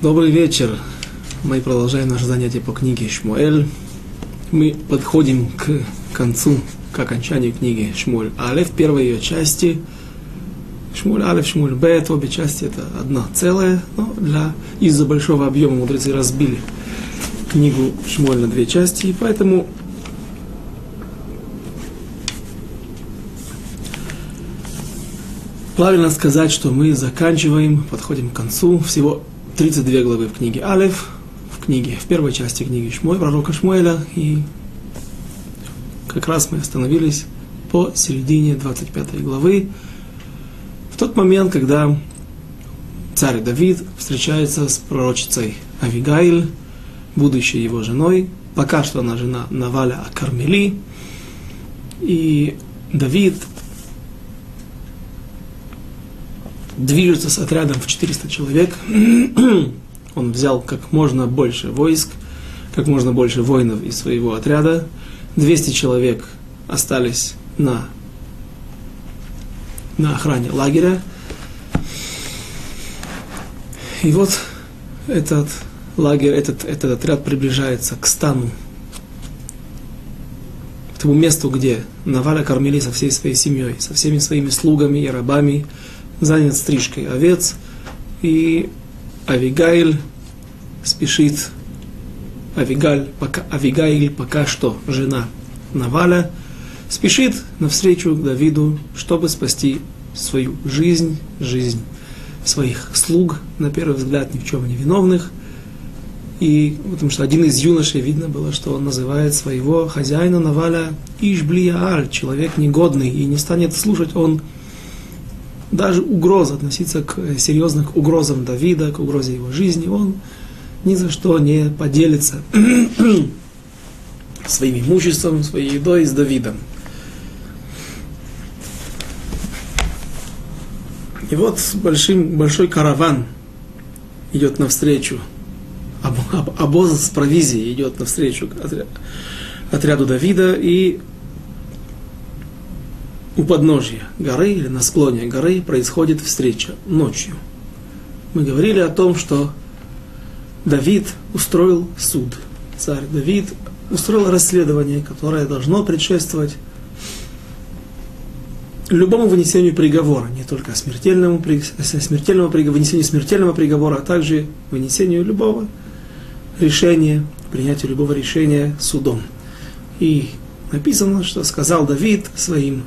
Добрый вечер. Мы продолжаем наше занятие по книге Шмуэль. Мы подходим к концу, к окончанию книги Шмуэль Алеф, первой ее части. Шмуэль Алеф, Шмуэль Бет, обе части это одно целое, но из-за большого объема мудрецы разбили книгу Шмуэль на две части, и поэтому правильно сказать, что мы заканчиваем, подходим к концу. Всего 32 главы в книге Алеф, в первой части книги Шмуэль, пророка Шмуэля, и как раз мы остановились по середине 25 главы, в тот момент, когда царь Давид встречается с пророчицей Авигаиль, будущей его женой. Пока что она жена Наваля Кармели, и Давид движется с отрядом в 400 человек. Он взял как можно больше войск, как можно больше воинов из своего отряда. 200 человек остались на охране лагеря. И вот этот лагерь, этот отряд приближается к стану, к тому месту, где Наваля Кармели со всей своей семьей, со всеми своими слугами и рабами занят стрижкой овец, и Авигаиль спешит. Авигаиль пока что жена Наваля, спешит навстречу к Давиду, чтобы спасти свою жизнь своих слуг, на первый взгляд ни в чем не виновных. И потому что один из юношей, видно было, что он называет своего хозяина Наваля Иш-Бли-Яаль, человек негодный, и не станет слушать он даже относиться к серьезным угрозам Давида, к угрозе его жизни. Он ни за что не поделится своим имуществом, своей едой с Давидом. И вот большой караван идет навстречу, обоз с провизией идет навстречу отряду Давида, и у подножья горы или на склоне горы происходит встреча ночью. Мы говорили о том, что Давид устроил суд. Царь Давид устроил расследование, которое должно предшествовать любому вынесению приговора, не только вынесению смертельного приговора, а также вынесению любого решения, принятию любого решения судом. И написано, что сказал Давид своим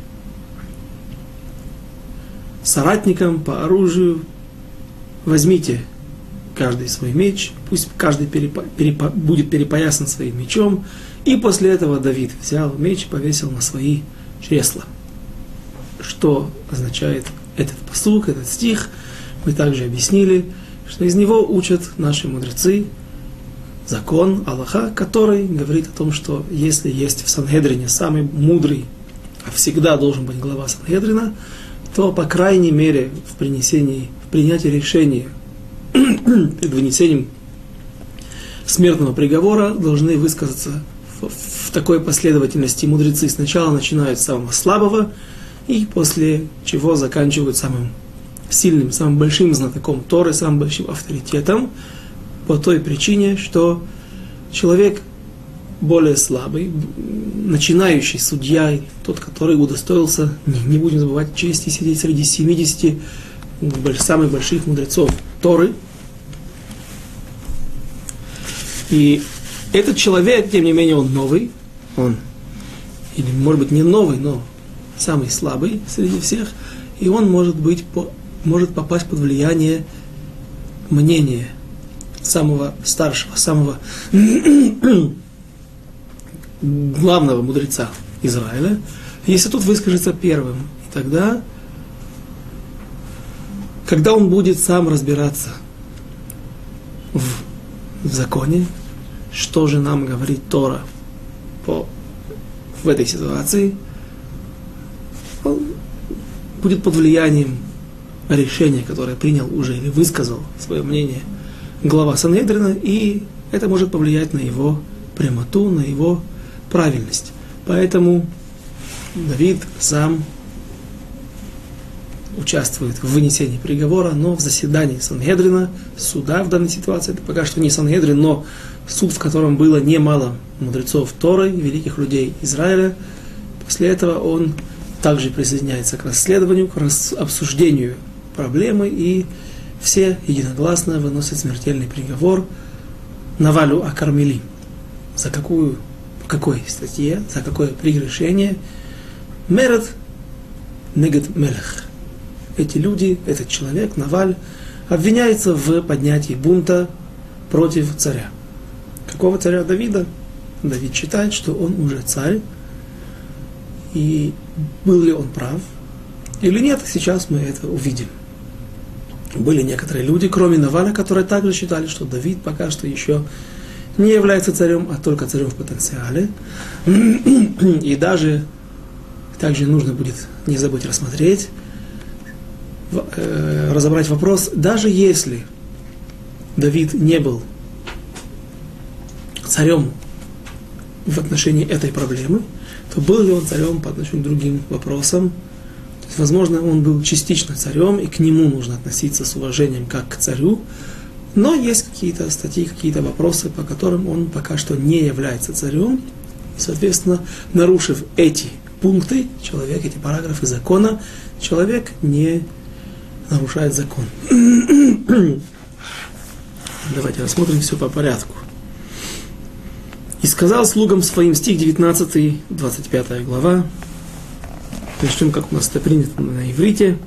соратникам по оружию: возьмите каждый свой меч, пусть каждый будет перепоясан своим мечом. И после этого Давид взял меч и повесил на свои чресла. Что означает этот пасук, этот стих, мы также объяснили, что из него учат наши мудрецы закон Аллаха, который говорит о том, что если есть в Сангедрине самый мудрый, а всегда должен быть глава Сангедрина, то, по крайней мере, в принятии решения перед вынесением смертного приговора должны высказаться в такой последовательности мудрецы. Сначала начинают с самого слабого, и после чего заканчивают самым сильным, самым большим знатоком Торы, самым большим авторитетом, по той причине, что человек более слабый, начинающий судья, тот, который удостоился, не будем забывать, чести сидеть среди 70 самых больших мудрецов Торы. И этот человек, тем не менее, он новый, или может быть не новый, но самый слабый среди всех, и он может попасть под влияние мнения самого старшего, самого главного мудреца Израиля, если тот выскажется первым. И тогда, когда он будет сам разбираться в законе, что же нам говорит Тора в этой ситуации, он будет под влиянием решения, которое принял уже или высказал свое мнение глава Сангедрина, и это может повлиять на его прямоту, на его правильность. Поэтому Давид сам участвует в вынесении приговора, но в заседании Сангедрина, суда в данной ситуации, это пока что не Сангедрин, но суд, в котором было немало мудрецов Торы, великих людей Израиля. После этого он также присоединяется к расследованию, к обсуждению проблемы, и все единогласно выносят смертельный приговор Навалю Акармели. За какой статье, за какое прегрешение? Меред негет мелех. Эти люди, этот человек, Наваль, обвиняется в поднятии бунта против царя. Какого царя? Давида. Давид считает, что он уже царь. И был ли он прав или нет, сейчас мы это увидим. Были некоторые люди, кроме Наваля, которые также считали, что Давид пока что еще не является царем, а только царем в потенциале. И даже также нужно будет не забыть рассмотреть, разобрать вопрос, даже если Давид не был царем в отношении этой проблемы, то был ли он царем по отношению к другим вопросам? То есть, возможно, он был частично царем, и к нему нужно относиться с уважением как к царю, но есть какие-то статьи, какие-то вопросы, по которым он пока что не является царем. И, соответственно, нарушив эти пункты, человек, эти параграфы закона, человек не нарушает закон. Давайте рассмотрим все по порядку. «И сказал слугам своим», стих 19, 25 глава. Начнем, как у нас это принято на иврите.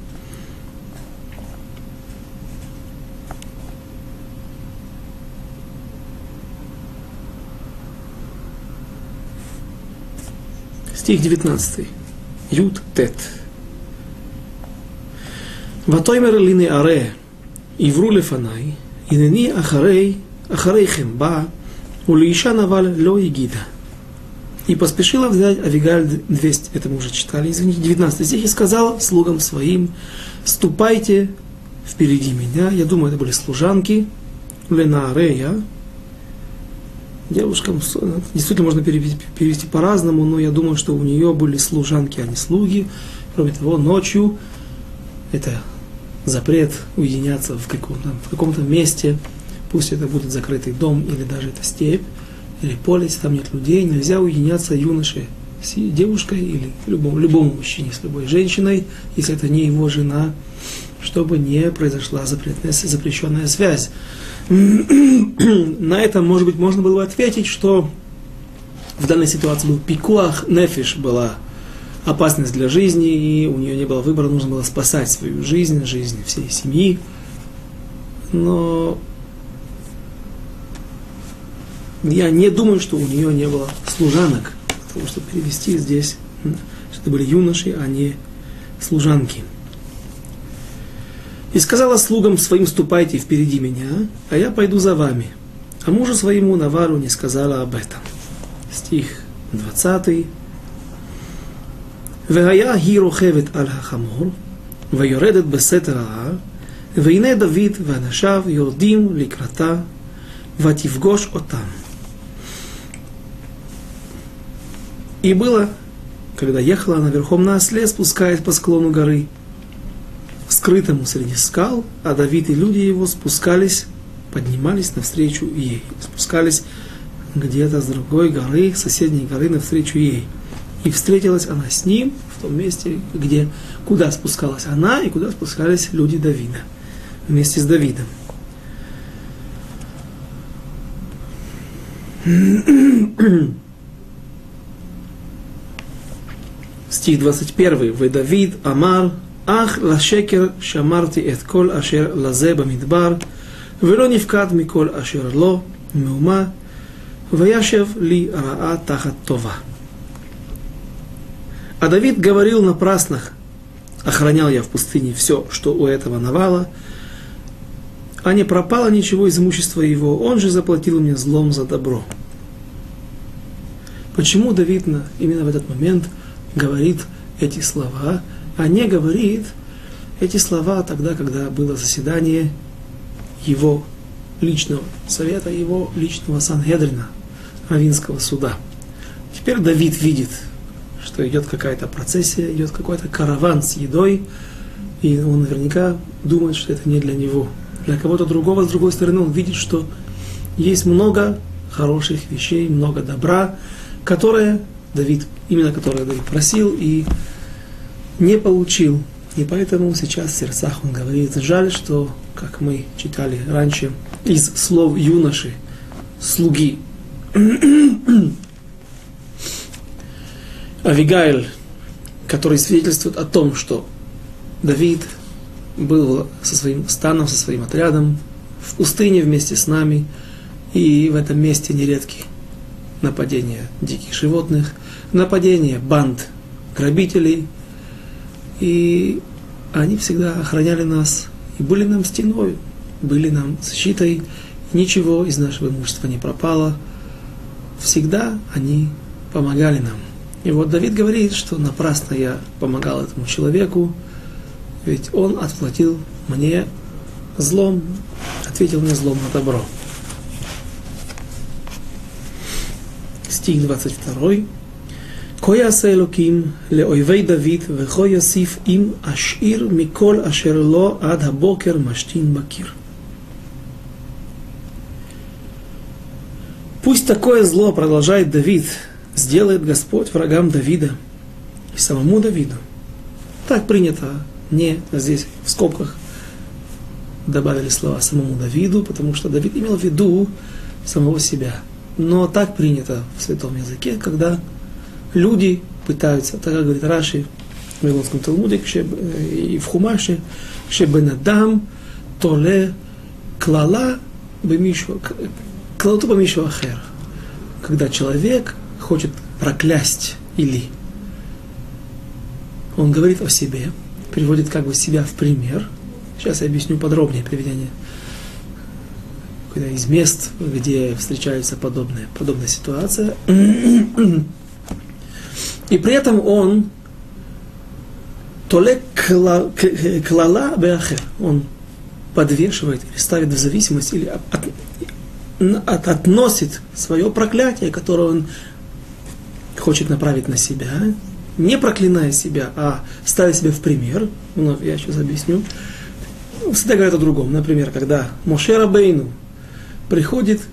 Стих 19. Юд Тет. «Ватоймер лине аре, ивру лефанай, инени ахарейхем ба, улииша Наваль ло егида». И поспешила взять Авигаль 200, это мы уже читали, извините, 19 стих, и сказала слугам своим: «Ступайте впереди меня». Я думаю, это были служанки, ленаарея. Девушкам действительно можно перевести по-разному, но я думаю, что у нее были служанки, а не слуги. Кроме того, ночью это запрет уединяться в каком-то месте, пусть это будет закрытый дом или даже это степь, или поле, если там нет людей, нельзя уединяться юноше с девушкой или любому мужчине с любой женщиной, если это не его жена, чтобы не произошла запрещенная связь. На этом, может быть, можно было бы ответить, что в данной ситуации был пикуах нефиш, была опасность для жизни, и у нее не было выбора, нужно было спасать свою жизнь, жизнь всей семьи. Но я не думаю, что у нее не было служанок, потому что перевести здесь, что это были юноши, а не служанки. «И сказала слугам своим: ступайте впереди меня, а я пойду за вами». А мужу своему Навалю не сказала об этом. Стих 20. «Вегая ги рохевет аль хахамор, вайоредет бесетер аар, вейне Давид ванашав йордим ликрата, вативгош отам». И было, когда ехала она верхом на осле, спускаясь по склону горы, скрытому среди скал, а Давид и люди его поднимались навстречу ей. Спускались где-то с другой горы, соседней горы, навстречу ей. И встретилась она с ним в том месте, куда спускалась она и куда спускались люди Давида, вместе с Давидом. Стих 21. «Ве Давид амар ах лашекер шамарти эт кол ашер лазе бамидбар, вело нифкад микол ашер ло меума, ваяшев ли раа тахат това». А Давид говорил напрасно: «Охранял я в пустыне все, что у этого Навала, а не пропало ничего из имущества его, он же заплатил мне злом за добро». Почему Давид именно в этот момент говорит эти слова, а не говорит эти слова тогда, когда было заседание его личного совета, его личного Сангедрина, раввинского суда? Теперь Давид видит, что идет какая-то процессия, идет какой-то караван с едой, И он наверняка думает, что это не для него. Для кого-то другого, с другой стороны, он видит, что есть много хороших вещей, много добра, именно которое Давид просил и не получил. И поэтому сейчас в сердцах он говорит: жаль, что, как мы читали раньше, из слов юноши, слуги Авигайль, который свидетельствует о том, что Давид был со своим станом, со своим отрядом в пустыне вместе с нами, и в этом месте нередки нападения диких животных, нападения банд грабителей, и они всегда охраняли нас и были нам стеной, были нам защитой, ничего из нашего имущества не пропало, всегда они помогали нам. И вот Давид говорит, что напрасно я помогал этому человеку, ведь он отплатил мне злом, ответил мне злом на добро. Стих 22. כה יעשה אלוקים לאויבי דוד וכה יוסיף אם אשאיר מכל אשר לו עד הבוקר משתין בקיר. Пусть такое зло, продолжает Давид, сделает Господь врагам Давида и самому Давиду. Так принято, не здесь в скобках добавили слова самому Давиду, потому что Давид имел в виду самого себя. Но так принято в святом языке, когда люди пытаются, так как говорит Раши в Вавилонском Талмуде и в Хумаше, «Шебенадам толе клала клалату бамишу ахер», когда человек хочет проклясть или он говорит о себе, приводит как бы себя в пример. Сейчас я объясню подробнее приведение из мест, где встречается подобная ситуация. И при этом он толе клала беахер, он подвешивает или ставит в зависимость, или относит свое проклятие, которое он хочет направить на себя, не проклиная себя, а ставя себя в пример. Вновь я сейчас объясню. Всегда говорят о другом. Например, когда Моше Рабейну приходит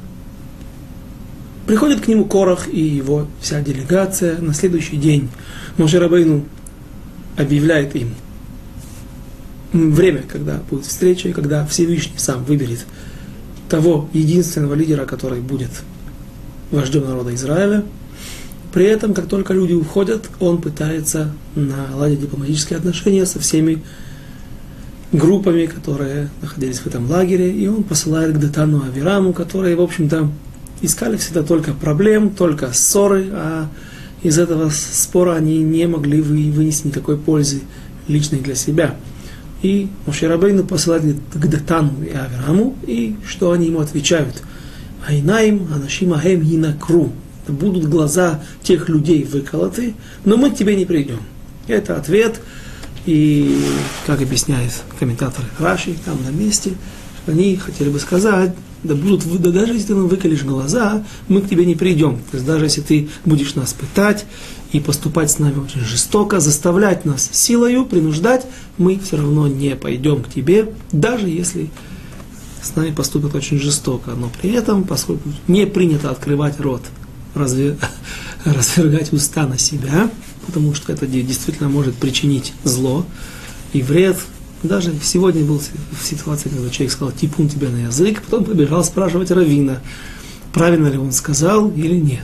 к нему Корах и его вся делегация, на следующий день Моше Рабейну объявляет им время, когда будет встреча, и когда Всевышний сам выберет того единственного лидера, который будет вождем народа Израиля. При этом, как только люди уходят, он пытается наладить дипломатические отношения со всеми группами, которые находились в этом лагере, и он посылает к Датану и Авираму, которые, в общем-то, искали всегда только проблем, только ссоры, а из этого спора они не могли вынести никакой пользы личной для себя. И Моше Рабейну посылает к Датану и Авираму, и что они ему отвечают? «Айнаим анашим ахем хинакру». Будут глаза тех людей выколоты, но мы к тебе не придем. Это ответ, и, как объясняет комментатор Раши, там на месте, они хотели бы сказать, даже если ты нам выколешь глаза, мы к тебе не придем. То есть даже если ты будешь нас пытать и поступать с нами очень жестоко, заставлять нас силою, принуждать, мы все равно не пойдем к тебе, даже если с нами поступят очень жестоко. Но при этом, поскольку не принято открывать рот, развергать уста на себя, потому что это действительно может причинить зло и вред. Даже сегодня был в ситуации, когда человек сказал «типун тебе на язык», потом побежал спрашивать раввина, правильно ли он сказал или нет.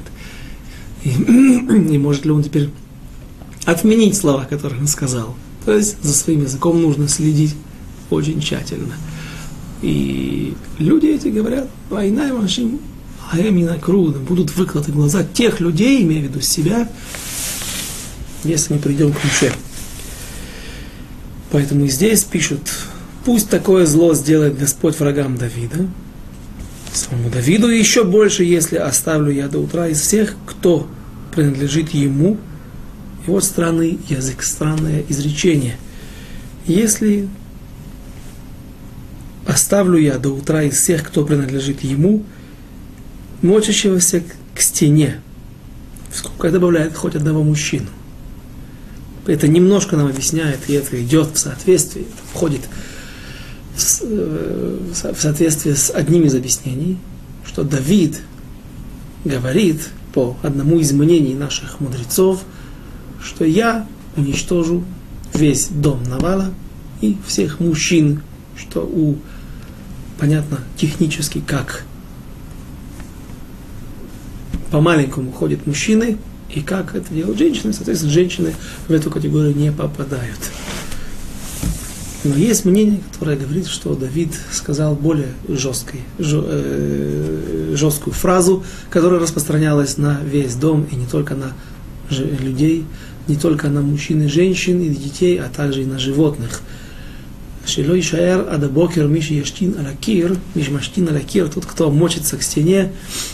И может ли он теперь отменить слова, которые он сказал. То есть за своим языком нужно следить очень тщательно. И люди эти говорят «война и машин». Будут выколоты глаза тех людей, имея в виду себя, если мы придем к Моше. Поэтому и здесь пишут: пусть такое зло сделает Господь врагам Давида, самому Давиду, и еще больше, если оставлю я до утра из всех, кто принадлежит ему. И вот странный язык, странное изречение. Если оставлю я до утра из всех, кто принадлежит ему, мочащегося к стене, в скобках добавляет хоть одного мужчину. Это немножко нам объясняет, и это идет в соответствии, это входит в соответствии с одним из объяснений, что Давид говорит по одному из мнений наших мудрецов, что я уничтожу весь дом Навала и всех мужчин, что понятно технически, как по-маленькому ходят мужчины, и как это делают женщины, соответственно, женщины в эту категорию не попадают. Но есть мнение, которое говорит, что Давид сказал более жесткую фразу, которая распространялась на весь дом, и не только на людей, не только на мужчин и женщин, и детей, а также и на животных. Шилой шаэр адабокер миши яштин алакир, мишмаштин алакир, тот, кто мочится к стене.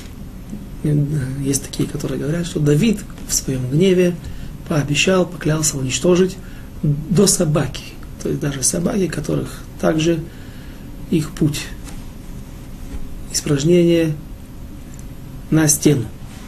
Есть такие, которые говорят, что Давид в своем гневе пообещал, поклялся уничтожить до собаки. То есть даже собаки, которых также их путь испражнение на стену.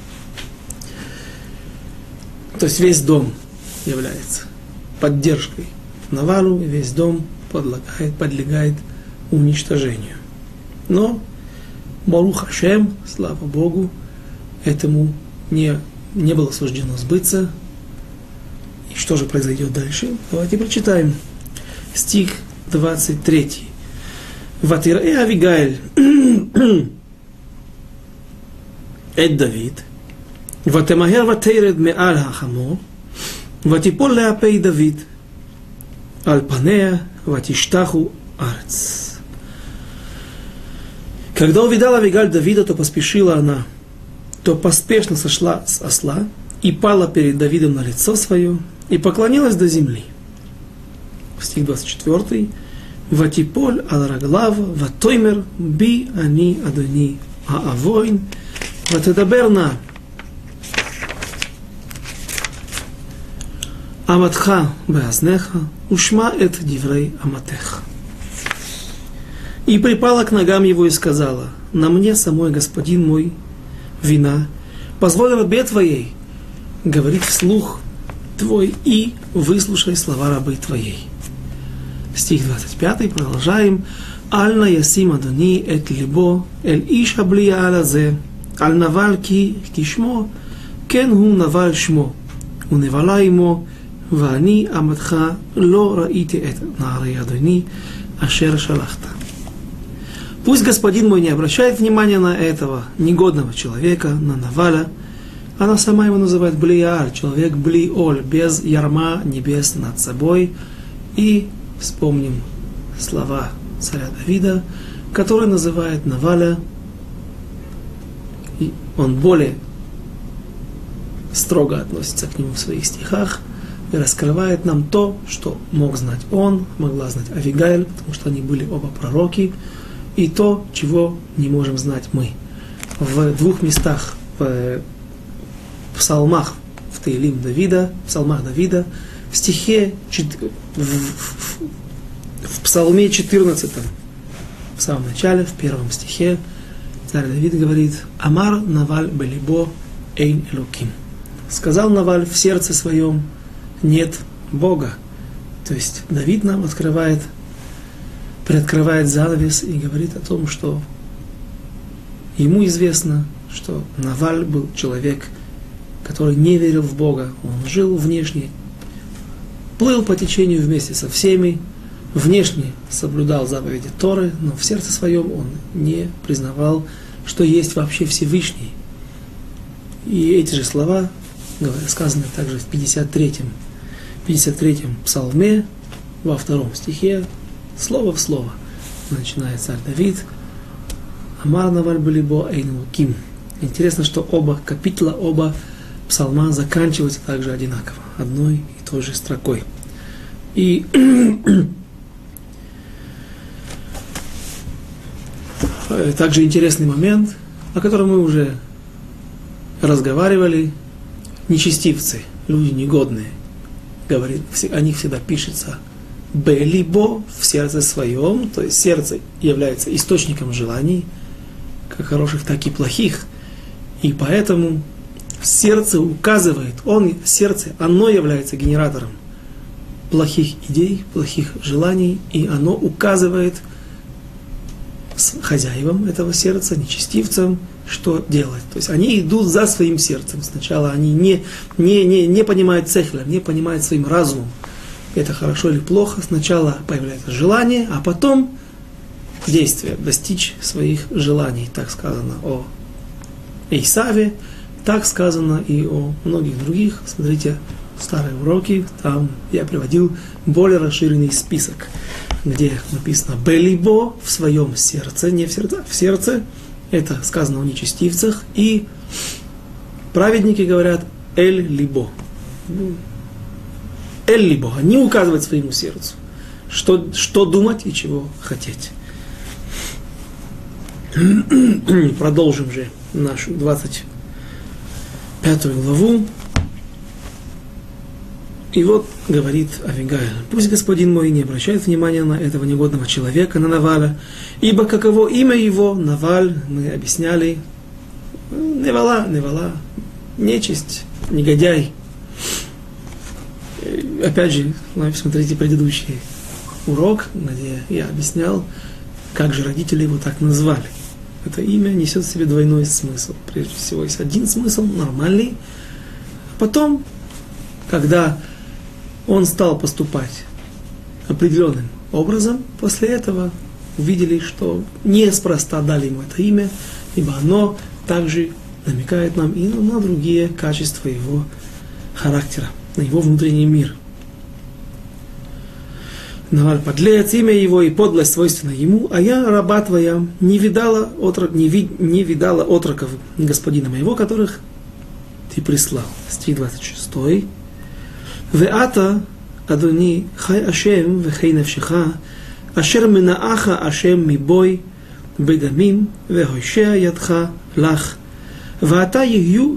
То есть весь дом является поддержкой Навалу, и весь дом подлегает уничтожению. Но Барух Ашем, слава Богу, этому не было суждено сбыться. И что же произойдет дальше? Давайте прочитаем. Стих 23. Ватирэ Авигайль эт Давид, ватемахер ватейред меаль хахамор, ватипол леапей Давид, аль панея ватиштаху арц. Когда увидала Авигаль Давида, то поспешила она, то поспешно сошла с осла и пала перед Давидом на лицо свое и поклонилась до земли. Стих 24. Ватиполь ал-раглав ватоймер би ани адони аавойн ватедаберна аматха беазнеха ушма эт диврей аматех. И припала к ногам его и сказала: на мне самой, господин мой, вина, позволь рабе твоей говорить вслух твой и выслушай слова рабы твоей. Стих 25, продолжаем. Аль-на ясим адони эт либо эль иш аблия алазе, аль навал ки кишмо, кен ху навал шмо, у невала имо, вани аматха ло раити эт наары адони, ашер шалахта. Пусть господин мой не обращает внимания на этого негодного человека, на Наваля. Она сама его называет Блиаль, человек Блиоль, без ярма небес над собой. И вспомним слова царя Давида, который называет Наваля, и он более строго относится к нему в своих стихах и раскрывает нам то, что мог знать он, могла знать Авигайль, потому что они были оба пророки, и то, чего не можем знать мы. В двух местах, в псалмах, в Теилим Давида, в псалмах Давида, в стихе, в псалме 14, в самом начале, в первом стихе, царь Давид говорит: «Амар Наваль белибо эйн элоким». Сказал Наваль в сердце своем: нет Бога. То есть Давид нам приоткрывает занавес и говорит о том, что ему известно, что Наваль был человек, который не верил в Бога. Он жил внешне, плыл по течению вместе со всеми, внешне соблюдал заповеди Торы, но в сердце своем он не признавал, что есть вообще Всевышний. И эти же слова сказаны также в 53-м псалме, во 2 стихе, слово в слово. Начинает царь Давид: «Амар Наваль белибо эйн элоким». Интересно, что оба капитла, оба псалма заканчиваются также одинаково, одной и той же строкой. И также интересный момент, о котором мы уже разговаривали: нечестивцы, люди негодные, говорит, о них всегда пишется «белибо» в сердце своем, то есть сердце является источником желаний, как хороших, так и плохих, и поэтому сердце указывает, сердце, оно является генератором плохих идей, плохих желаний, и оно указывает хозяевам этого сердца, нечестивцам, что делать. То есть они идут за своим сердцем. Сначала они не понимают цехлем, не понимают своим разумом, это хорошо или плохо. Сначала появляется желание, а потом действие, достичь своих желаний. Так сказано о Исаве, так сказано и о многих других. Смотрите, старые уроки, там я приводил более расширенный список, где написано «белибо» в своем сердце, не в сердце, в сердце. Это сказано о нечестивцах. И праведники говорят «эль-либо». «Эль-либо». Они указывают своему сердцу, что думать и чего хотеть. Продолжим же нашу 25 главу. И вот говорит Авигаиль: «Пусть господин мой не обращает внимания на этого негодного человека, на Наваля, ибо каково имя его, Наваль, мы объясняли, Невала, нечисть, негодяй». Опять же, смотрите предыдущий урок, где я объяснял, как же родители его так назвали. Это имя несет в себе двойной смысл. Прежде всего, есть один смысл, нормальный. А потом, когда он стал поступать определенным образом, после этого увидели, что неспроста дали ему это имя, ибо оно также намекает нам и на другие качества его характера, на его внутренний мир. Наваль подлец, имя его и подлость свойственна ему, а я, раба твоя, не видала отроков господина моего, которых ты прислал. Стих 26. Веата, Адони, хай Ашем, вехей навшеха, ашер менааха Ашем мибой, бедамим, вехойшеа ядха лах, веата ию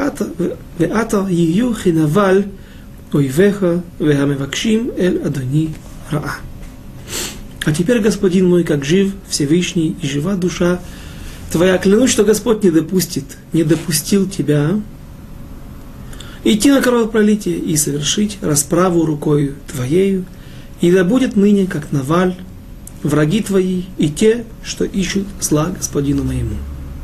хинаваль, ойвеха, вехамевакшим эль Адони раа. А теперь, господин мой, как жив Всевышний и жива душа твоя, клянусь, что Господь не допустил тебя идти на кровопролитие и совершить расправу рукою твоею, и да будет ныне, как Наваль, враги твои и те, что ищут зла господину моему.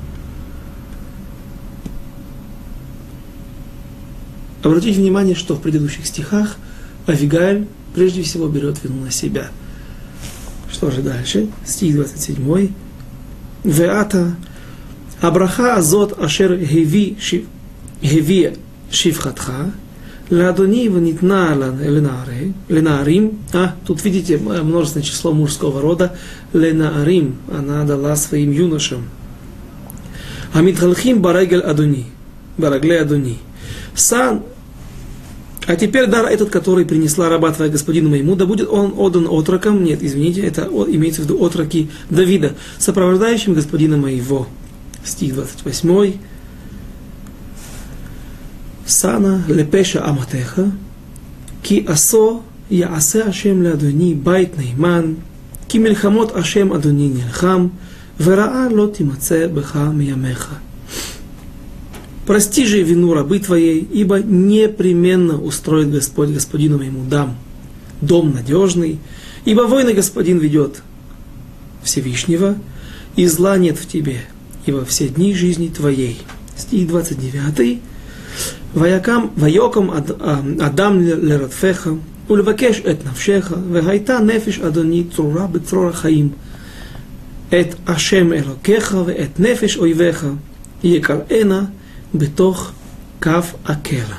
Обратите внимание, что в предыдущих стихах Авигаиль прежде всего берет вину на себя. Что же дальше? Стих 27. Веата Абраха азот ашер геви шивхатха ладони ванитна ленаарим. Тут видите множественное число мужского рода. Ленаарим она дала своим юношам. Амитхалхим барагель адони. Барагле адони. А теперь дар этот, который принесла раба твоя господину моему, да будет он отдан отрокам, нет, извините, это имеется в виду отроки Давида, сопровождающим господина моего. Стих 28. Сана лепеша аматеха, ки асо яасе Ашем леадони байт нейман, ки мельхамот Ашем адони нельхам, вераа ло тимаце беха миямеха. Прости же вину рабы твоей, ибо непременно устроит Господь господину моему дом надежный, ибо войны господин ведет Всевышнего, и зла нет в тебе, и во все дни жизни твоей. Стих 29. Вайокам Адам лератфеха, ульвакеш эт навшеха, вегайта нефиш адони црура бецрора хаим, эт Ашем элокеха, веэт нефиш ойвеха, екарэна, бетох кав акера.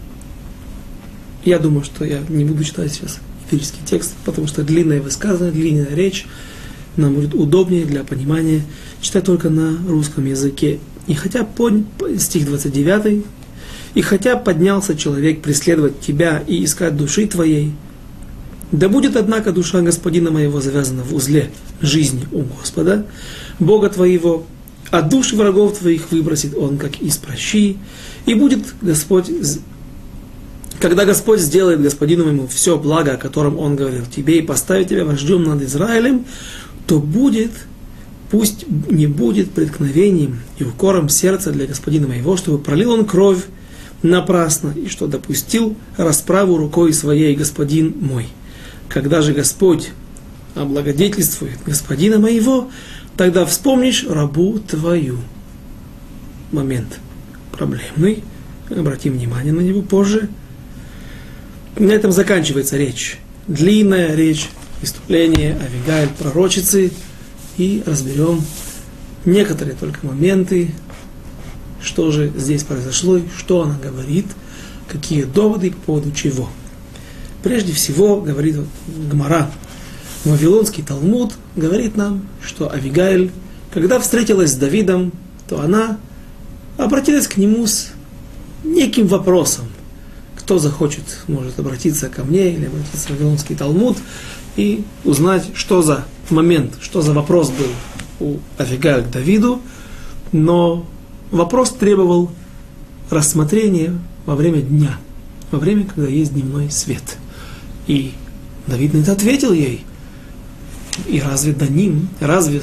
Я думаю, что я не буду читать сейчас эпический текст, потому что длинное высказывание, длинная речь нам будет удобнее для понимания читать только на русском языке. И хотя стих 29, и хотя поднялся человек преследовать тебя и искать души твоей, да будет, однако, душа господина моего завязана в узле жизни у Господа, Бога твоего, а души врагов твоих выбросит он, как из пращи, и будет Господь, когда Господь сделает господину моему все благо, о котором он говорил тебе, и поставит тебя вождем над Израилем, то будет, пусть не будет преткновением и укором сердца для господина моего, чтобы пролил он кровь напрасно, и что допустил расправу рукой своей господин мой. Когда же Господь облагодетельствует господина моего, тогда вспомнишь рабу твою. Момент проблемный, обратим внимание на него позже. На этом заканчивается речь. Длинная речь, выступление Авигайль, пророчицы, и разберем некоторые только моменты, что же здесь произошло, что она говорит, какие доводы по поводу чего. Прежде всего, говорит Гмара, Вавилонский Талмуд говорит нам, что Авигайль, когда встретилась с Давидом, то она обратилась к нему с неким вопросом. Кто захочет, может обратиться ко мне или обратиться в Вавилонский Талмуд и узнать, что за момент, что за вопрос был у Авигайль к Давиду, но вопрос требовал рассмотрения во время дня, во время, когда есть дневной свет. И Давид на это ответил ей. И разве даним, разве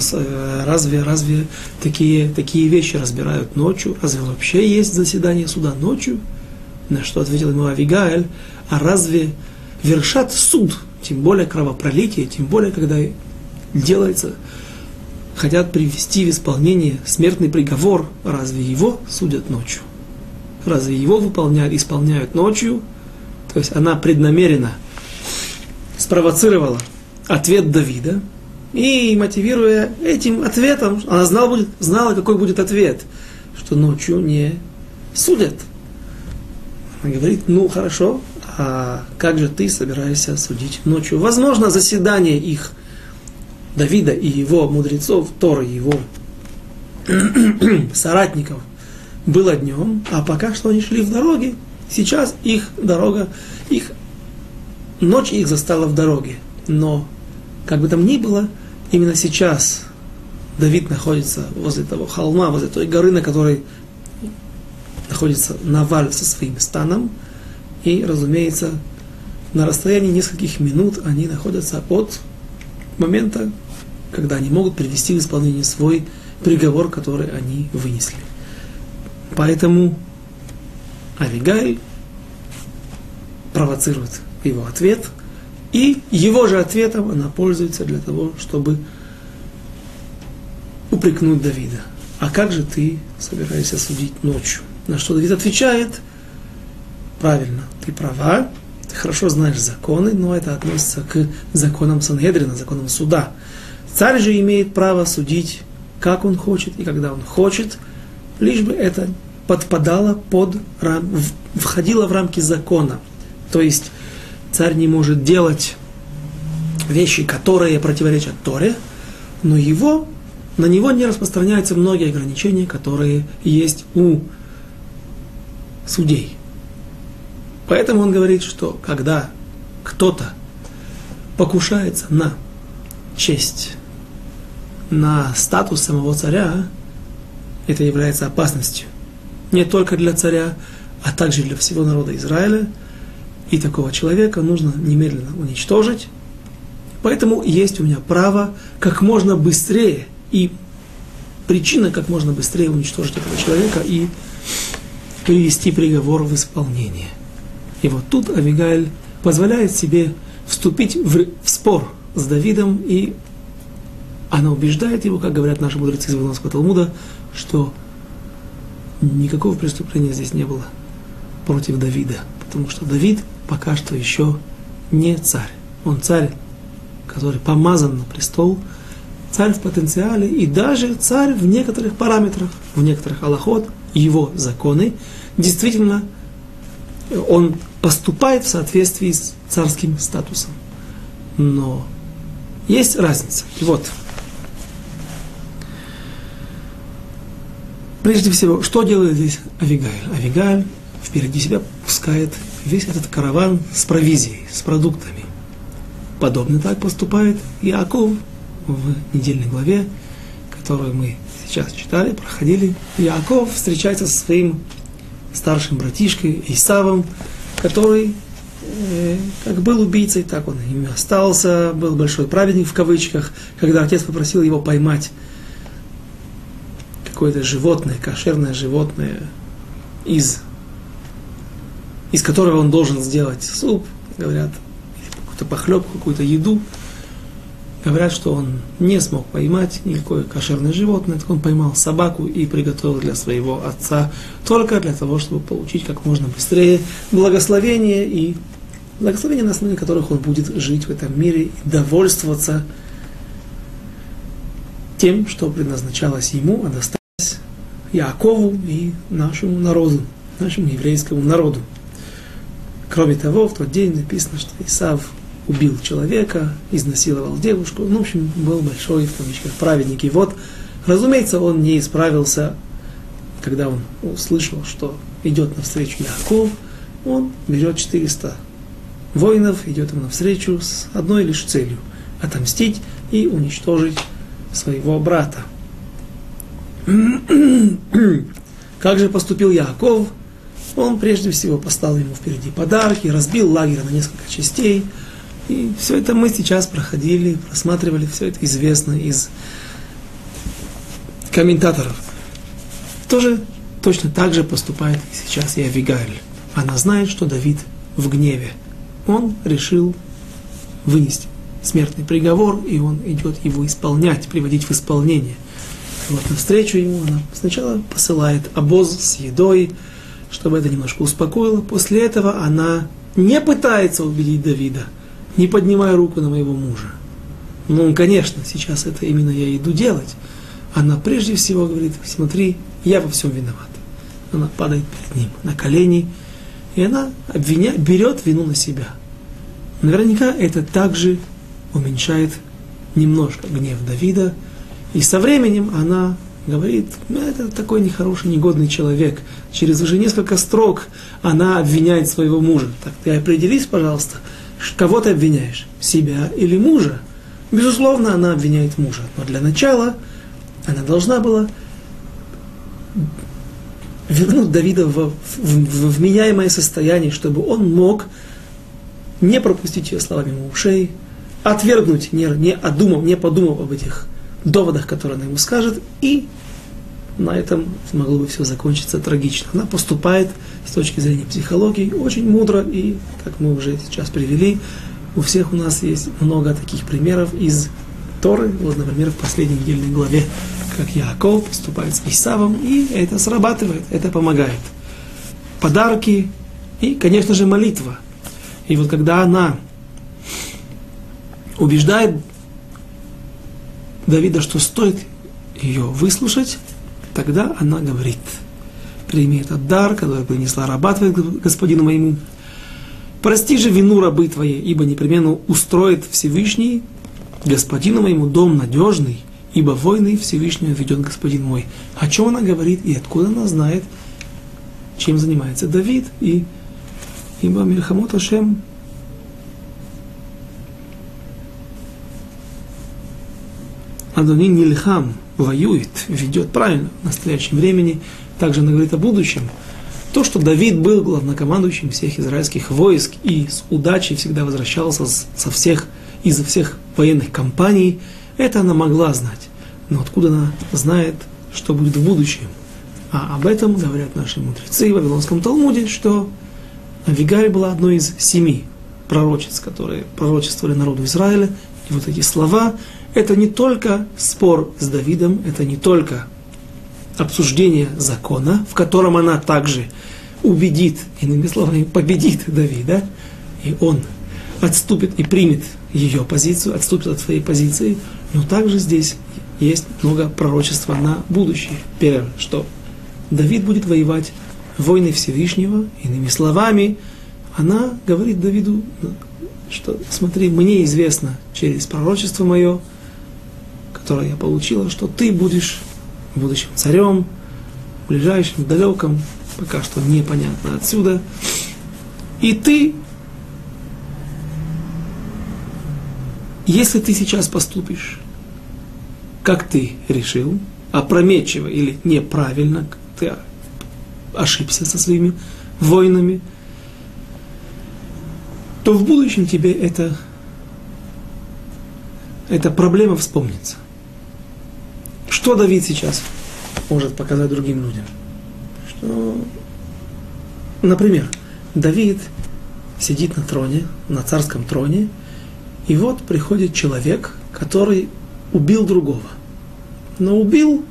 такие вещи разбирают ночью? Разве вообще есть заседание суда ночью? На что ответил ему Авигайль, а разве вершат суд, тем более кровопролитие, тем более, когда делается, хотят привести в исполнение смертный приговор, разве его судят ночью? Разве его исполняют ночью? То есть она преднамеренно спровоцировала ответ Давида, и мотивируя этим ответом, она знала, какой будет ответ, что ночью не судят. Она говорит, ну хорошо, а как же ты собираешься судить ночью? Возможно, заседание их, Давида и его мудрецов, Торы, его соратников, было днем, а пока что они шли в дороге. Сейчас ночь их застала в дороге. Но, как бы там ни было, именно сейчас Давид находится возле того холма, возле той горы, на которой находится Наваль со своим станом. И, разумеется, на расстоянии нескольких минут они находятся от момента, когда они могут привести в исполнение свой приговор, который они вынесли. Поэтому Авигайль провоцирует его ответ, и его же ответом она пользуется для того, чтобы упрекнуть Давида. А как же ты собираешься судить ночью? На что Давид отвечает, правильно, ты права, ты хорошо знаешь законы, но это относится к законам Сангедрина, законам суда. Царь же имеет право судить, как он хочет и когда он хочет, лишь бы это подпадало входило в рамки закона. То есть царь не может делать вещи, которые противоречат Торе, но на него не распространяются многие ограничения, которые есть у судей. Поэтому он говорит, что когда кто-то покушается на честь, на статус самого царя, это является опасностью не только для царя, а также для всего народа Израиля. И такого человека нужно немедленно уничтожить. Поэтому есть у меня право как можно быстрее, и причина как можно быстрее уничтожить этого человека и привести приговор в исполнение. И вот тут Авигайль позволяет себе вступить в спор с Давидом, и она убеждает его, как говорят наши мудрецы из Вавилонского Талмуда, что никакого преступления здесь не было против Давида, потому что Давид пока что еще не царь. Он царь, который помазан на престол, царь в потенциале и даже царь в некоторых параметрах, в некоторых алахот, его законы, действительно, он поступает в соответствии с царским статусом. Но есть разница. И вот, прежде всего, что делает здесь Авигайль? Авигайль впереди себя пускает весь этот караван с провизией, с продуктами. Подобно так поступает Иаков в недельной главе, которую мы сейчас читали, проходили. Иаков встречается со своим старшим братишкой Исавом, который как был убийцей, так он им остался, был большой праведник в кавычках, когда отец попросил его поймать какое-то животное, кошерное животное из из которого он должен сделать суп, говорят, какую-то похлебку, какую-то еду. Говорят, что он не смог поймать никакое кошерное животное, так он поймал собаку и приготовил для своего отца только для того, чтобы получить как можно быстрее благословение, и благословение, на основе которых он будет жить в этом мире и довольствоваться тем, что предназначалось ему, а досталось Яакову и нашему народу, нашему еврейскому народу. Кроме того, в тот день написано, что Исав убил человека, изнасиловал девушку, в общем, был большой, в кавычках, праведник. И вот, разумеется, он не исправился, когда он услышал, что идет навстречу Яаков, он берет 400 воинов, идет им навстречу с одной лишь целью – отомстить и уничтожить своего брата. Как же поступил Яаков? Он прежде всего поставил ему впереди подарки, разбил лагерь на несколько частей. И все это мы сейчас проходили, просматривали, все это известно из комментаторов. Тоже точно так же поступает сейчас и Авигайль. Она знает, что Давид в гневе. Он решил вынести смертный приговор, и он идет его исполнять, приводить в исполнение. И вот навстречу ему она сначала посылает обоз с едой, чтобы это немножко успокоило. После этого она не пытается убедить Давида, не поднимая руку на моего мужа. Ну, конечно, сейчас это именно я иду делать. Она прежде всего говорит: смотри, я во всем виноват. Она падает перед ним на колени, и она берет вину на себя. Наверняка это также уменьшает немножко гнев Давида, и со временем она говорит: это такой нехороший, негодный человек. Через уже несколько строк она обвиняет своего мужа. Так ты определись, пожалуйста, кого ты обвиняешь, себя или мужа? Безусловно, она обвиняет мужа, но для начала она должна была вернуть Давида в вменяемое состояние, чтобы он мог не пропустить ее словами мимо ушей, отвергнуть, не подумав об этих доводах, которые она ему скажет, и на этом могло бы все закончиться трагично. Она поступает с точки зрения психологии очень мудро, и, как мы уже сейчас привели, у всех у нас есть много таких примеров из Торы. Вот, например, в последней недельной главе, как Яаков поступает с Исавом, и это срабатывает, это помогает. Подарки и, конечно же, молитва. И вот когда она убеждает Давида, что стоит ее выслушать, тогда она говорит: прими этот дар, который принесла раба твоя господину моему. Прости же вину рабы твоей, ибо непременно устроит Всевышний господину моему дом надежный, ибо войны Всевышнего ведет господин мой. О чем она говорит и откуда она знает, чем занимается Давид? И ибо Мильхамот Ашем Адони Нильхам воюет, ведет правильно в настоящем времени. Также она говорит о будущем. То, что Давид был главнокомандующим всех израильских войск и с удачей всегда возвращался из-за всех военных кампаний, это она могла знать. Но откуда она знает, что будет в будущем? А об этом говорят наши мудрецы в Вавилонском Талмуде, что Авигаль была одной из 7 пророчиц, которые пророчествовали народу Израиля. И вот эти слова — это не только спор с Давидом, это не только обсуждение закона, в котором она также убедит, иными словами, победит Давида, и он отступит и примет ее позицию, отступит от своей позиции, но также здесь есть много пророчества на будущее. Первое, что Давид будет воевать войны Всевышнего, иными словами, она говорит Давиду, что смотри, мне известно через пророчество мое, которое я получила, что ты будешь будущим царем, ближайшим, далеком, пока что непонятно отсюда. И ты, если ты сейчас поступишь, как ты решил, опрометчиво или неправильно, ты ошибся со своими воинами, то в будущем тебе эта проблема вспомнится. Что Давид сейчас может показать другим людям? Что, например, Давид сидит на троне, на царском троне, и вот приходит человек, который убил другого. Но убил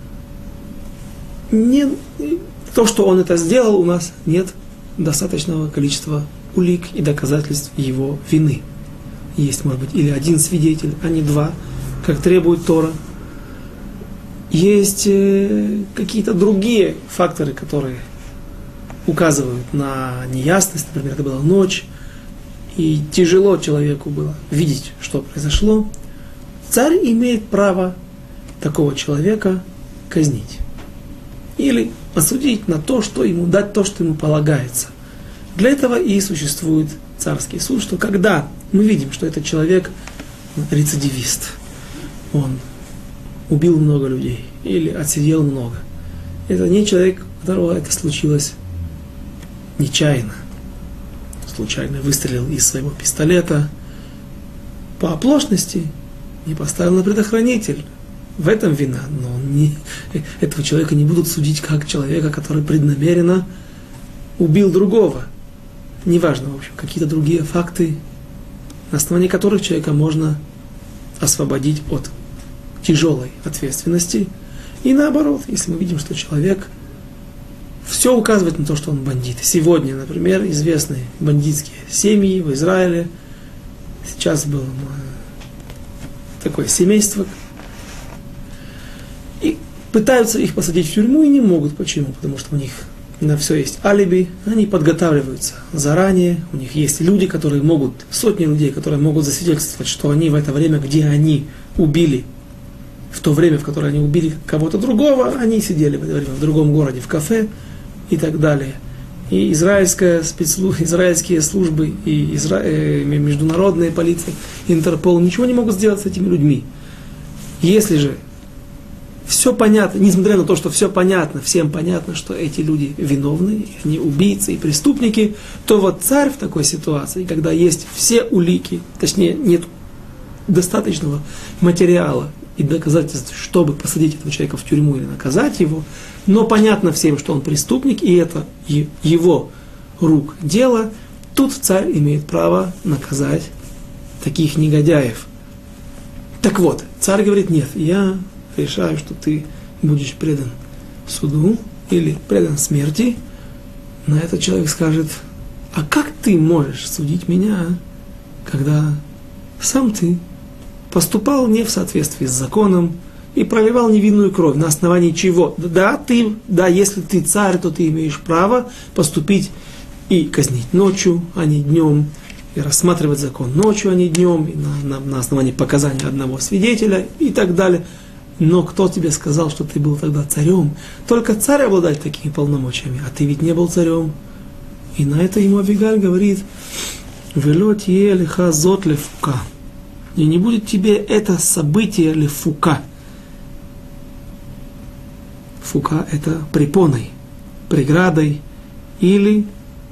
не то, что он это сделал, у нас нет достаточного количества улик и доказательств его вины. Есть, может быть, или один свидетель, а не два, как требует Тора. Есть какие-то другие факторы, которые указывают на неясность. Например, это была ночь, и тяжело человеку было видеть, что произошло. Царь имеет право такого человека казнить. Или осудить на то, что ему дать, то, что ему полагается. Для этого и существует царский суд, что когда мы видим, что этот человек рецидивист, он убил много людей или отсидел много, это не человек, у которого это случилось нечаянно, случайно выстрелил из своего пистолета по оплошности, не поставил на предохранитель. В этом вина, но этого человека не будут судить как человека, который преднамеренно убил другого. Неважно, в общем, какие-то другие факты, на основании которых человека можно освободить от тяжелой ответственности. И наоборот, если мы видим, что человек все указывает на то, что он бандит. Сегодня, например, известные бандитские семьи в Израиле. Сейчас было такое семейство. И пытаются их посадить в тюрьму и не могут. Почему? Потому что у них на все есть алиби, они подготавливаются заранее, у них есть люди, которые могут, сотни людей, которые могут засвидетельствовать, что они в это время, где они убили, в то время, в которое они убили кого-то другого, они сидели в это время в другом городе, в кафе и так далее. И израильские службы, и международная полиция, Интерпол ничего не могут сделать с этими людьми. Если же все понятно, несмотря на то, что все понятно, всем понятно, что эти люди виновны, они убийцы и преступники, то вот царь в такой ситуации, когда есть все улики, точнее нет достаточного материала и доказательств, чтобы посадить этого человека в тюрьму или наказать его, но понятно всем, что он преступник, и это его рук дело, тут царь имеет право наказать таких негодяев. Так вот, царь говорит: нет, я решаю, что ты будешь предан суду или предан смерти. На это человек скажет: а как ты можешь судить меня, когда сам ты поступал не в соответствии с законом и проливал невинную кровь, на основании чего? Да, если ты царь, то ты имеешь право поступить и казнить ночью, а не днем, и рассматривать закон ночью, а не днем, и на основании показания одного свидетеля и так далее. Но кто тебе сказал, что ты был тогда царем? Только царь обладает такими полномочиями, а ты ведь не был царем. И на это ему Авигаль говорит: «Вело тие леха зот лефука». И не будет тебе это событие лефука. Фука – это препоной, преградой или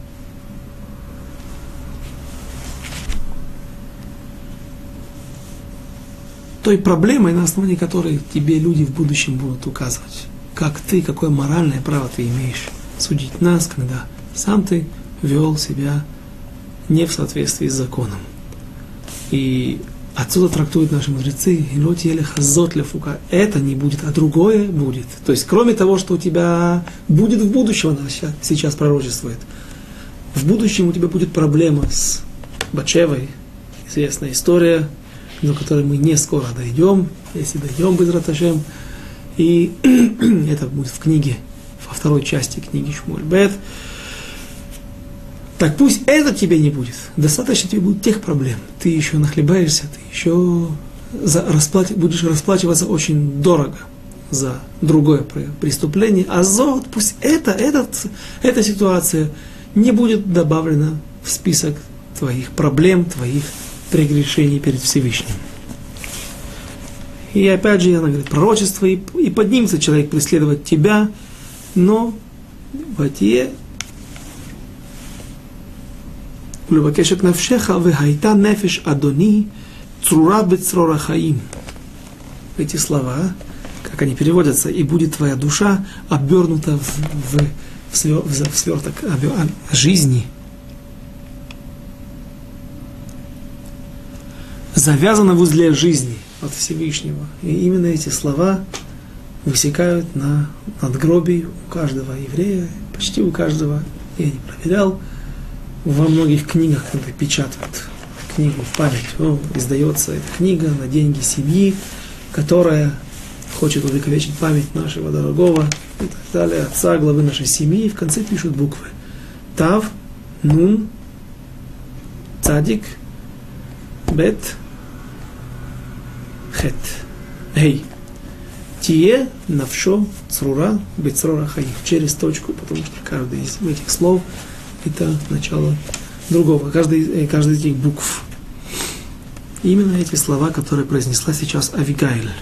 той проблемой, на основании которой тебе люди в будущем будут указывать, как ты, какое моральное право ты имеешь судить нас, когда сам ты вел себя не в соответствии с законом. И отсюда трактуют наши мудрецы: это не будет, а другое будет. То есть, кроме того, что у тебя будет в будущем, она сейчас пророчествует, в будущем у тебя будет проблема с Батшевой, известная история, до которой мы не скоро дойдем, если дойдем Безрат Ашем. И это будет в книге, во второй части книги Шмуэль Бет. Так пусть это тебе не будет. Достаточно тебе будет тех проблем. Ты еще нахлебаешься, ты еще будешь расплачиваться очень дорого за другое преступление. А зод, пусть эта ситуация не будет добавлена в список твоих проблем, твоих прегрешений перед Всевышним. И опять же, она говорит, пророчество, и поднимется человек преследовать тебя, но Ватие Улевакешет навшеха вехайта нефеш адони црура бецрора хаим. Эти слова, как они переводятся: и будет твоя душа обернута в сверток жизни, завязана в узле жизни от Всевышнего. И именно эти слова высекают на надгробии у каждого еврея, почти у каждого, я не проверял, во многих книгах, когда печатают книгу в память, издается эта книга на деньги семьи, которая хочет увековечить память нашего дорогого и так далее, отца, главы нашей семьи, и в конце пишут буквы Тав, Нун, Цадик, Бет, Хет. Эй. Тие, навшо, црура, бецрура хаим. Через точку, потому что каждый из этих слов это начало другого. Каждый из этих букв. Именно эти слова, которые произнесла сейчас Авигайль.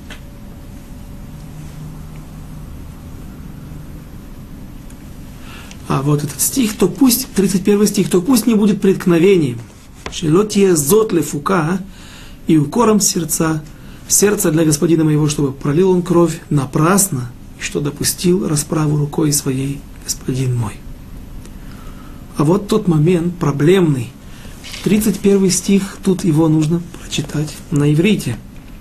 А вот этот стих, то пусть, 31 стих, то пусть не будет преткновением. Шелотие зот лефука, и укором сердца для господина моего, чтобы пролил он кровь напрасно, и что допустил расправу рукой своей господин мой. А вот тот момент проблемный. 31 стих, тут его нужно прочитать на иврите.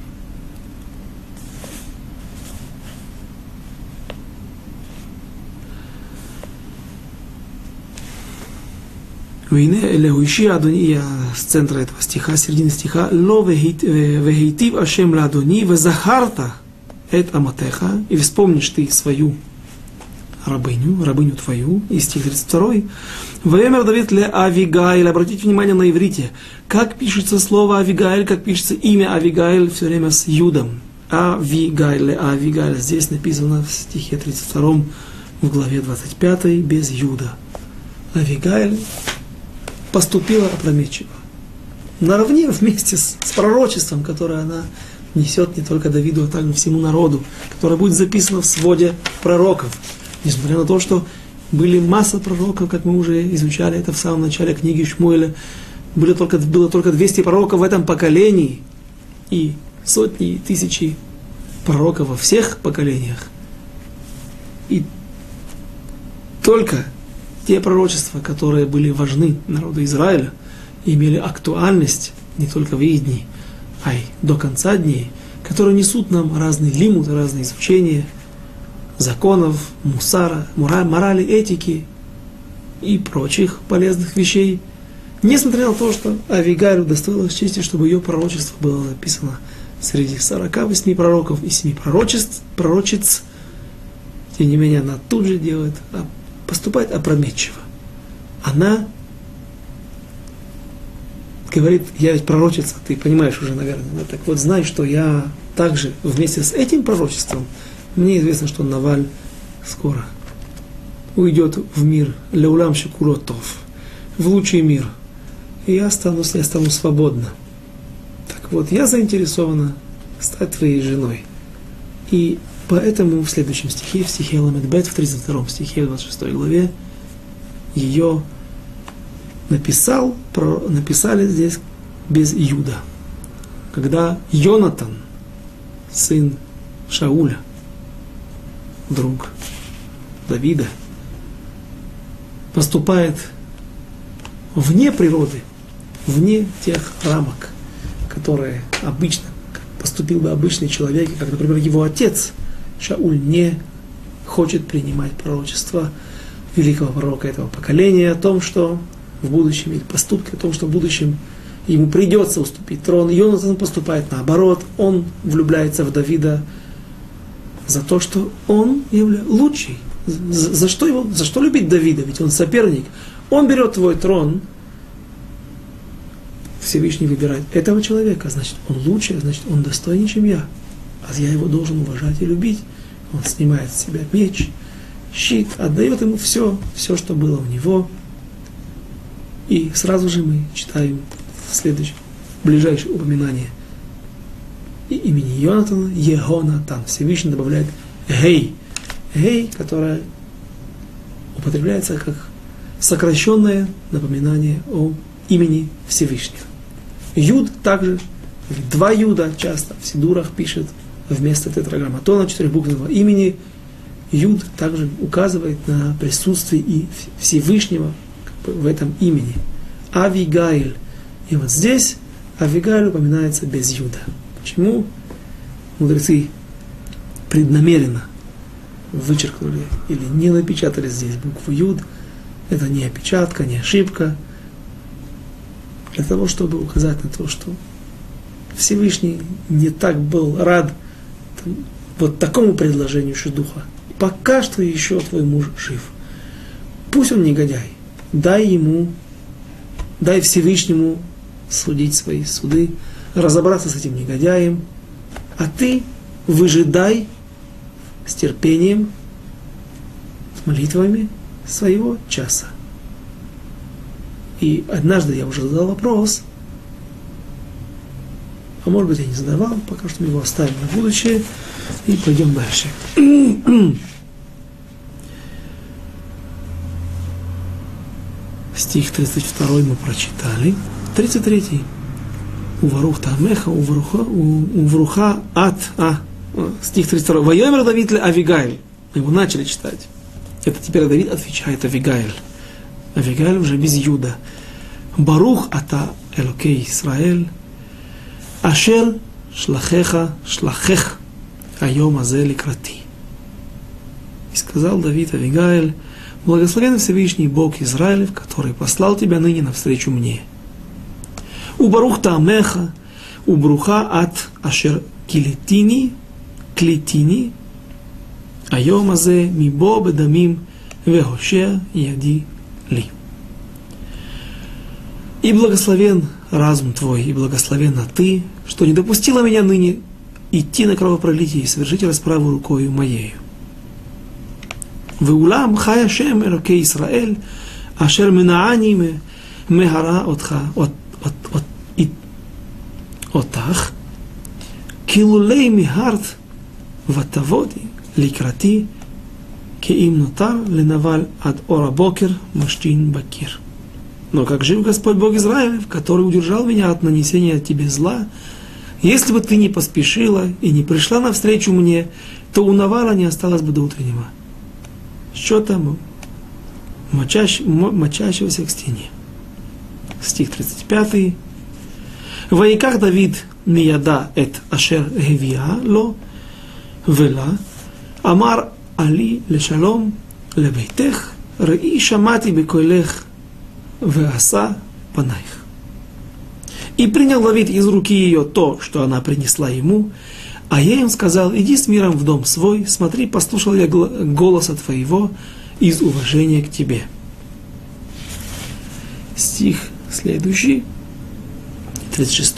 Я с центра этого стиха, с середины стиха, «Ло вехейтив Ашем ладони, везахарта эт аматеха», и вспомнишь ты свою рабыню твою, и стих 32. «Ваэмер Давид ле Авигайль», обратите внимание на иврите, как пишется слово Авигайль, как пишется имя Авигайль, все время с юдом. Авигайль, ле Авигайль, здесь написано в стихе 32, в главе 25, без юда. Авигайль поступила опрометчиво. Наравне вместе с пророчеством, которое она несет не только Давиду, а также всему народу, которое будет записано в своде пророков. Несмотря на то, что были масса пророков, как мы уже изучали это в самом начале книги Шмуэля, было только 200 пророков в этом поколении и сотни и тысячи пророков во всех поколениях. И только те пророчества, которые были важны народу Израиля, имели актуальность не только в их дни, а и до конца дней, которые несут нам разные лимуты, разные изучения законов, мусара, морали, этики и прочих полезных вещей. Несмотря на то, что Авигайль удостоилась чести, чтобы ее пророчество было записано среди 48 пророков и 7 пророчиц, тем не менее она тут же поступает опрометчиво. Она говорит: я ведь пророчица, ты понимаешь уже, наверное. Да? Так вот, знай, что я также вместе с этим пророчеством, мне известно, что Наваль скоро уйдет в мир, леулам шекуротов, в лучший мир. И я стану свободна. Так вот, я заинтересована стать твоей женой. И поэтому в следующем стихе, в стихе Ламедбет, в 32 стихе, в 26 главе, ее написали здесь без Юда. Когда Йонатан, сын Шауля, друг Давида, поступает вне природы, вне тех рамок, которые обычно, как поступил бы обычный человек, как, например, его отец, Шауль не хочет принимать пророчество великого пророка этого поколения о том, что в будущем, или поступки о том, что в будущем ему придется уступить трон. Йонатан поступает наоборот, он влюбляется в Давида за то, что он лучший. За что любить Давида? Ведь он соперник. Он берет твой трон, Всевышний выбирает этого человека, значит, он лучше, значит, он достойнее, чем я. А я его должен уважать и любить. Он снимает с себя меч, щит, отдает ему все, что было у него. И сразу же мы читаем ближайшее упоминание и имени Йонатана, Егонатан. Всевышний добавляет Гей, которое употребляется как сокращенное напоминание о имени Всевышнего. Юд также, 2 Юда часто в Сидурах пишет вместо тетраграмматона 4-буквенного имени. Юд также указывает на присутствие и Всевышнего в этом имени. Авигайль. И вот здесь Авигаль упоминается без Юда. Почему? Мудрецы преднамеренно вычеркнули или не напечатали здесь букву Юд. Это не опечатка, не ошибка. Для того, чтобы указать на то, что Всевышний не так был рад вот такому предложению шедуха. Пока что еще твой муж жив. Пусть он негодяй. Дай Всевышнему судить свои суды, разобраться с этим негодяем, а ты выжидай с терпением, с молитвами своего часа. И однажды я уже задал вопрос, а может быть я не задавал, пока что мы его оставим на будущее и пойдем дальше. Стих 32 мы прочитали. 33. Уварух Тамеха, увруха ат. Стих 32. Вайомер Давид ле Авигайль. Мы его начали читать. Это теперь Давид отвечает Авигайль. Авигайль уже без Юда. Барух ата Элокей Исраэль. Ашер шлахех айом азе ликрати. И сказал Давид Авигайль: благословен Всевышний Бог Израилев, который послал тебя ныне навстречу мне. Убарух таамеха, убруха ат ашер клитини, айом азе мибо бедамим вехошеа яди ли. И благословен разум твой, и благословенна ты, что не допустила меня ныне идти на кровопролитие и совершить расправу рукою моею. ואולם חי השם אלוקי ישראל, אשר מנעני מהרה אותך, כילולי מיהרת ותבודי לקראתי, כי אם נותר לנבל עד אור הבוקר משתין בקיר. Но как жив Господь Бог Израилев, который удержал меня от нанесения тебе зла, если бы ты не поспешила и не пришла навстречу мне, то у навала не осталось бы до утреннего. Что-то мочащегося к стене. Стих 35. Ваиках Давид мияда эт ашер гевия ло вела амар али лешалом лебейтех раи шамати бекойлех веаса панайх. И принял Давид из руки ее то, что она принесла ему, а я им сказал: иди с миром в дом свой, смотри, послушал я голоса твоего из уважения к тебе. Стих следующий, 36.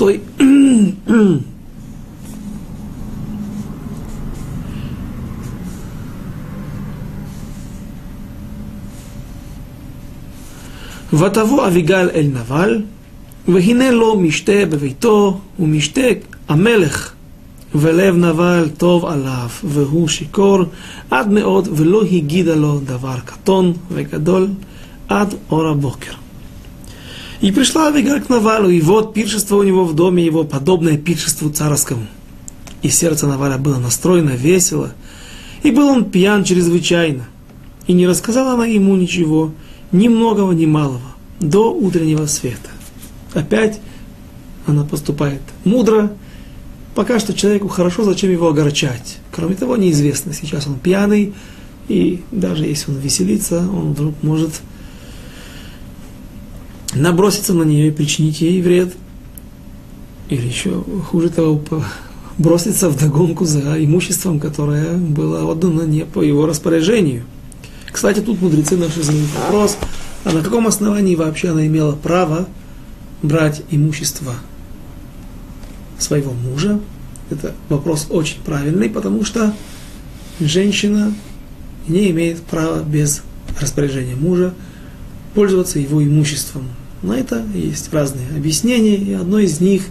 ותבוא אביגל אל נבל, והנה לו משתה בביתו, ומשתה המלך, ולב נבל טוב עליו, והוא שיכור עד מאוד, ולא הגידה לו דבר קטון וגדול עד אור הבוקер. И пришла Авигаль к Навалу, и вот пиршество у него в доме его, подобное пиршеству царскому. И сердце Наваля было настроено весело, и был он пьян чрезвычайно. И не рассказала она ему ничего, ни многого, ни малого, до утреннего света. Опять она поступает мудро. Пока что человеку хорошо, зачем его огорчать? Кроме того, неизвестно, сейчас он пьяный, и даже если он веселится, он вдруг может наброситься на нее и причинить ей вред. Или еще хуже того, броситься вдогонку за имуществом, которое было отдано не по его распоряжению. Кстати, тут мудрецы наши задают вопрос, а на каком основании вообще она имела право брать имущество своего мужа? Это вопрос очень правильный, потому что женщина не имеет права без распоряжения мужа пользоваться его имуществом. На это есть разные объяснения, и одно из них,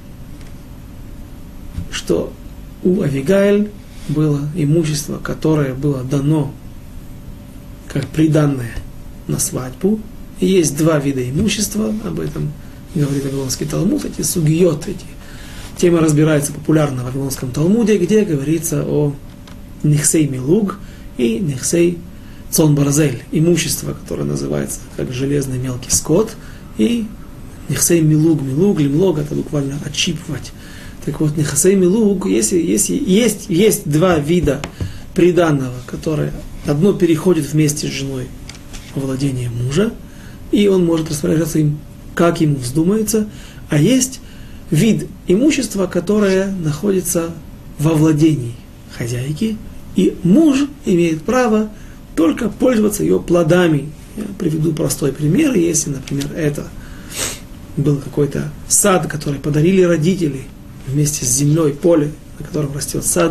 что у Авигайль было имущество, которое было дано как приданное на свадьбу. И есть два вида имущества, об этом говорит Вавилонский Талмуд, эти сугиот, эти темы разбираются популярно в Вавилонском Талмуде, где говорится о нехсей милуг и нехсей цон барзель, имущество, которое называется как железный мелкий скот, и Нехсей милуг, лимлог, это буквально отщипывать. Так вот, нехсей милуг, если есть два вида приданного, которые одно переходит вместе с женой во владение мужа, и он может распоряжаться им, как ему вздумается, а есть вид имущества, которое находится во владении хозяйки, и муж имеет право только пользоваться ее плодами. Я приведу простой пример. Если, например, это был какой-то сад, который подарили родители вместе с землей, поле, на котором растет сад,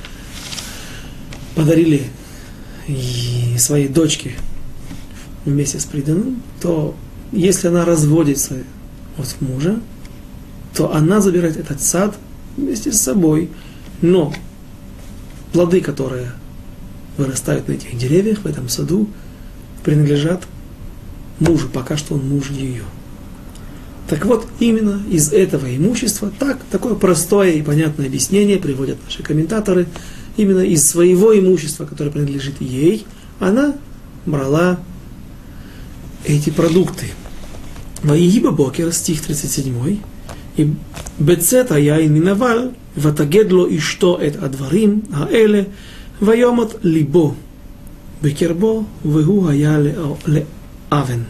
подарили и своей дочке вместе с приданым, то если она разводится от мужа, то она забирает этот сад вместе с собой. Но плоды, которые вырастают на этих деревьях, в этом саду, принадлежат мужу, пока что он муж ее. Так вот, именно из этого имущества, такое простое и понятное объяснение приводят наши комментаторы, именно из своего имущества, которое принадлежит ей, она брала эти продукты. Ваиги бокер, стих 37, и бецета яин минаваль, ватагедло и что это адварим, аэле, вайомот либо, бекербо, вегу аяли авен.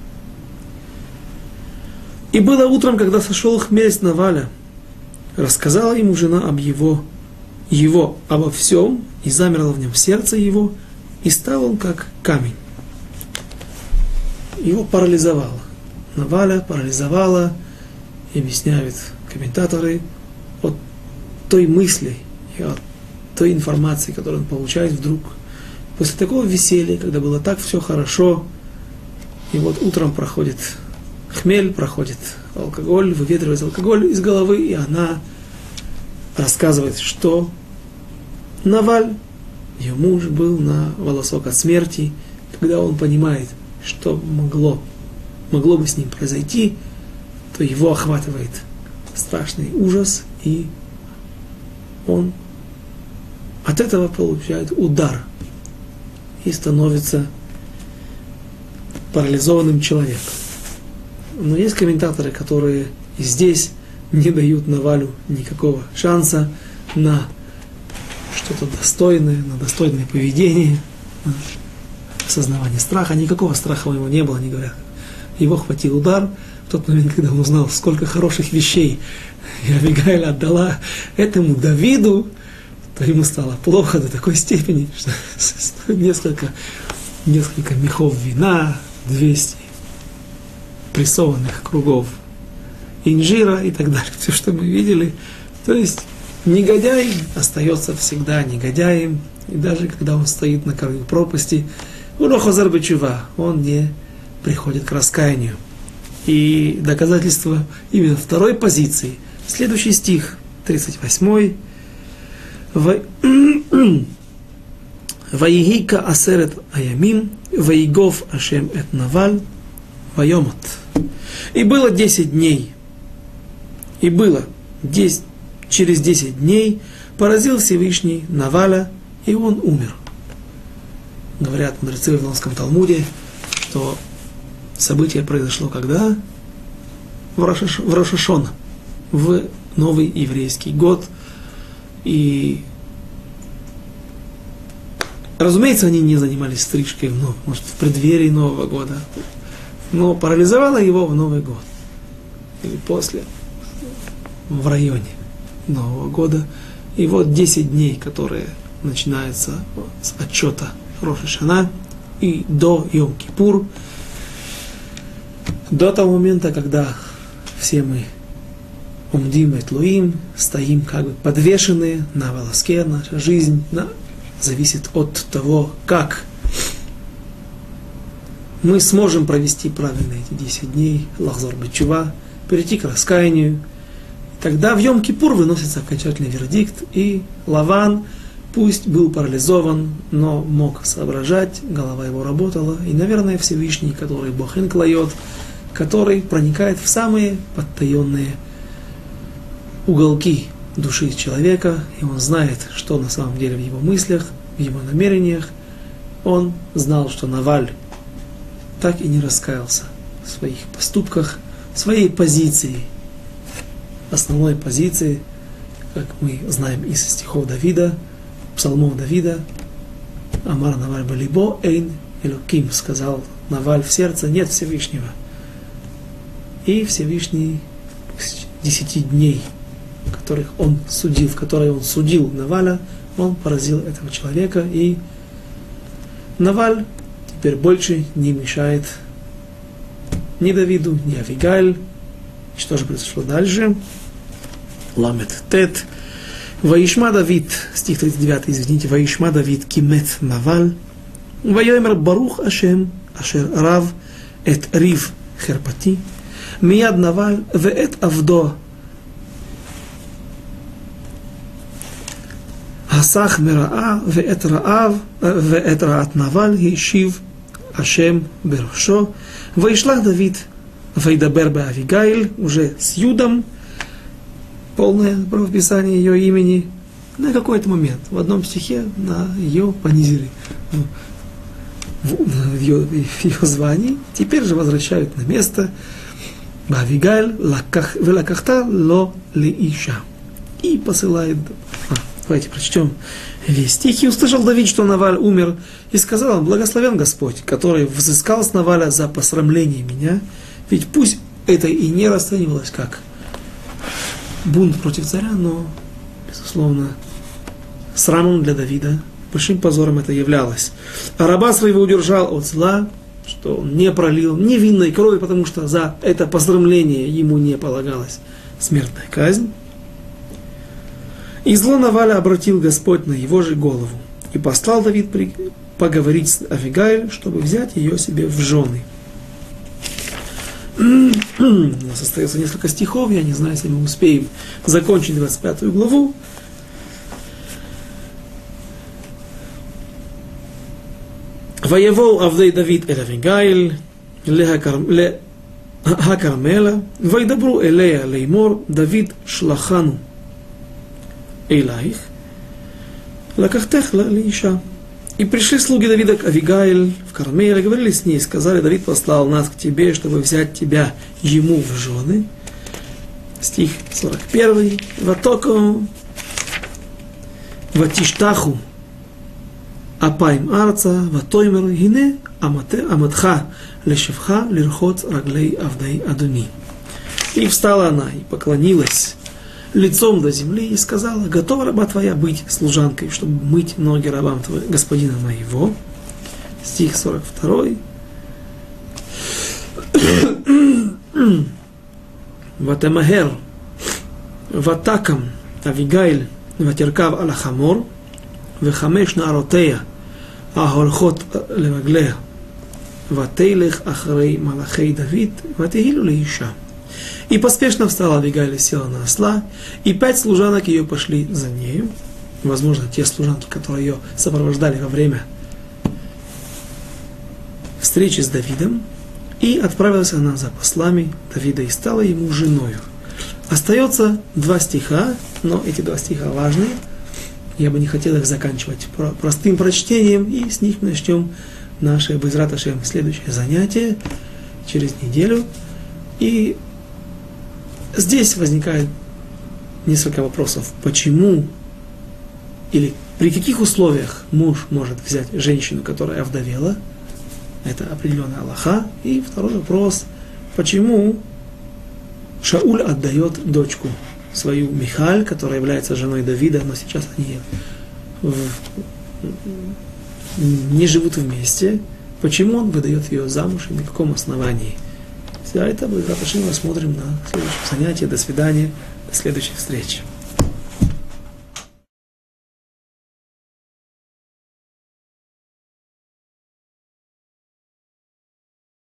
И было утром, когда сошел хмель с Наваля, рассказала ему жена об его обо всем, и замерло в нем сердце его, и стал он как камень. Его парализовало. Наваля парализовала, и объясняют комментаторы, от той мысли и от той информации, которую он получает вдруг. После такого веселья, когда было так все хорошо, и вот утром проходит хмель, проходит алкоголь, выветривается алкоголь из головы, и она рассказывает, что Наваль, ее муж, был на волосок от смерти. Когда он понимает, что могло бы с ним произойти, то его охватывает страшный ужас, и он от этого получает удар и становится парализованным человеком. Но есть комментаторы, которые и здесь не дают Навалю никакого шанса на что-то достойное, на достойное поведение, на осознавание страха. Никакого страха у него не было, они говорят. Его хватил удар в тот момент, когда он узнал, сколько хороших вещей Авигаиль отдала этому Давиду, то ему стало плохо до такой степени, что несколько мехов вина, 200 прессованных кругов инжира и так далее. Все, что мы видели. То есть негодяй остается всегда негодяем, и даже когда он стоит на краю пропасти, он не приходит к раскаянию. И доказательство именно второй позиции. Следующий стих, 38. Ваигика асерет аямим, ваигов ашем эт наваль, вайомот. И было 10 дней. И было через 10 дней поразил Всевышний Наваля, и он умер. Говорят мудрецы в Вавилонском Талмуде, что событие произошло когда? В Рош ха-Шана, в новый еврейский год. И, разумеется, они не занимались стрижкой в преддверии Нового года, но парализовало его в Новый год. Или после, в районе Нового года. И вот 10 дней, которые начинаются с отчета Рош ха-Шана и до Йом-Кипур, до того момента, когда все мы умдим и тлуим, стоим как бы подвешенные на волоске, наша жизнь зависит от того, как мы сможем провести правильно эти 10 дней, лахзор бетчува, перейти к раскаянию. Тогда в Йом-Кипур выносится окончательный вердикт, и Лаван, пусть был парализован, но мог соображать, голова его работала, и, наверное, Всевышний, который Бохен клает, который проникает в самые подтаенные уголки души человека, и он знает, что на самом деле в его мыслях, в его намерениях. Он знал, что Наваль так и не раскаялся в своих поступках, своей позиции, основной позиции, как мы знаем из стихов Давида, псалмов Давида. Амар Наваль балибо эйн элоким, сказал Наваль в сердце, нет Всевышнего. И Всевышний 10 дней, в которые он судил Наваля, он поразил этого человека, и Наваль теперь больше не мешает ни Давиду, ни Авигайль. И что же произошло дальше? Ламет Тет. Ваишма Давид, стих 39, извините, Ваишма Давид кимет Наваль, Ваямер Барух Ашем, Ашер Рав, Эт Рив Херпати, Мияд Наваль, Веэт Авдо, Асах Мераа, Веэт Раат Наваль, Ишив Ашем Берушо, Ваишлах Давид, Вайдабер Бе Авигайль, уже с Юдом, полное правописание ее имени, на какой-то момент, в одном стихе, ее понизили в ее звании, теперь же возвращают на место Авигайль велакахта ло лииша. И посылает. Давайте прочтем весь стих. И услышал Давид, что Наваль умер, и сказал: благословен Господь, который взыскал с Наваля за посрамление меня, ведь пусть это и не расценивалось как бунт против царя, но, безусловно, срамом для Давида, большим позором это являлось. А раба своего удержал от зла, что он не пролил невинной крови, потому что за это посрамление ему не полагалась смертная казнь. И зло Наваля обратил Господь на его же голову. И послал Давид поговорить с Авигайль, чтобы взять ее себе в жены. У нас остается несколько стихов, я не знаю, если мы успеем закончить 25 главу. Воевол Авдей Давид эль Авигайль лехакармела, вайдабру элея леймор, Давид шлахану элаих, лакахтех лииша. И пришли слуги Давида к Авигайль в Кармеле, говорили с ней, сказали: Давид послал нас к тебе, чтобы взять тебя ему в жены. Стих 41. Ватоку ватиштаху апайм арца ватоймер гине аматха лешевха лирхот раглей авдей адуни. И встала она и поклонилась лицом до земли и сказала: готова раба твоя быть служанкой, чтобы мыть ноги рабам твоего, господина моего. Стих 42. Ватемахер ватакам Авигайль ватеркав алахамор вехамеш нааротея ахолхот лераглея ватейлех ахрей малахей Давид ватехилу лииша. И поспешно встала Авигайль и села на осла, и 5 служанок ее пошли за нею, возможно, те служанки, которые ее сопровождали во время встречи с Давидом, и отправилась она за послами Давида и стала ему женою. Остается 2 стиха, но эти 2 стиха важные, я бы не хотел их заканчивать простым прочтением, и с них мы начнем наше Бе'эзрат Ашем следующее занятие через неделю. И здесь возникает несколько вопросов. Почему или при каких условиях муж может взять женщину, которая овдовела? Это определенная алаха. И второй вопрос. Почему Шауль отдает дочку свою Михаль, которая является женой Давида, но сейчас они не живут вместе? Почему он выдает ее замуж и на каком основании? Все это мы рассмотрим на следующем занятии. До свидания, до следующей встречи.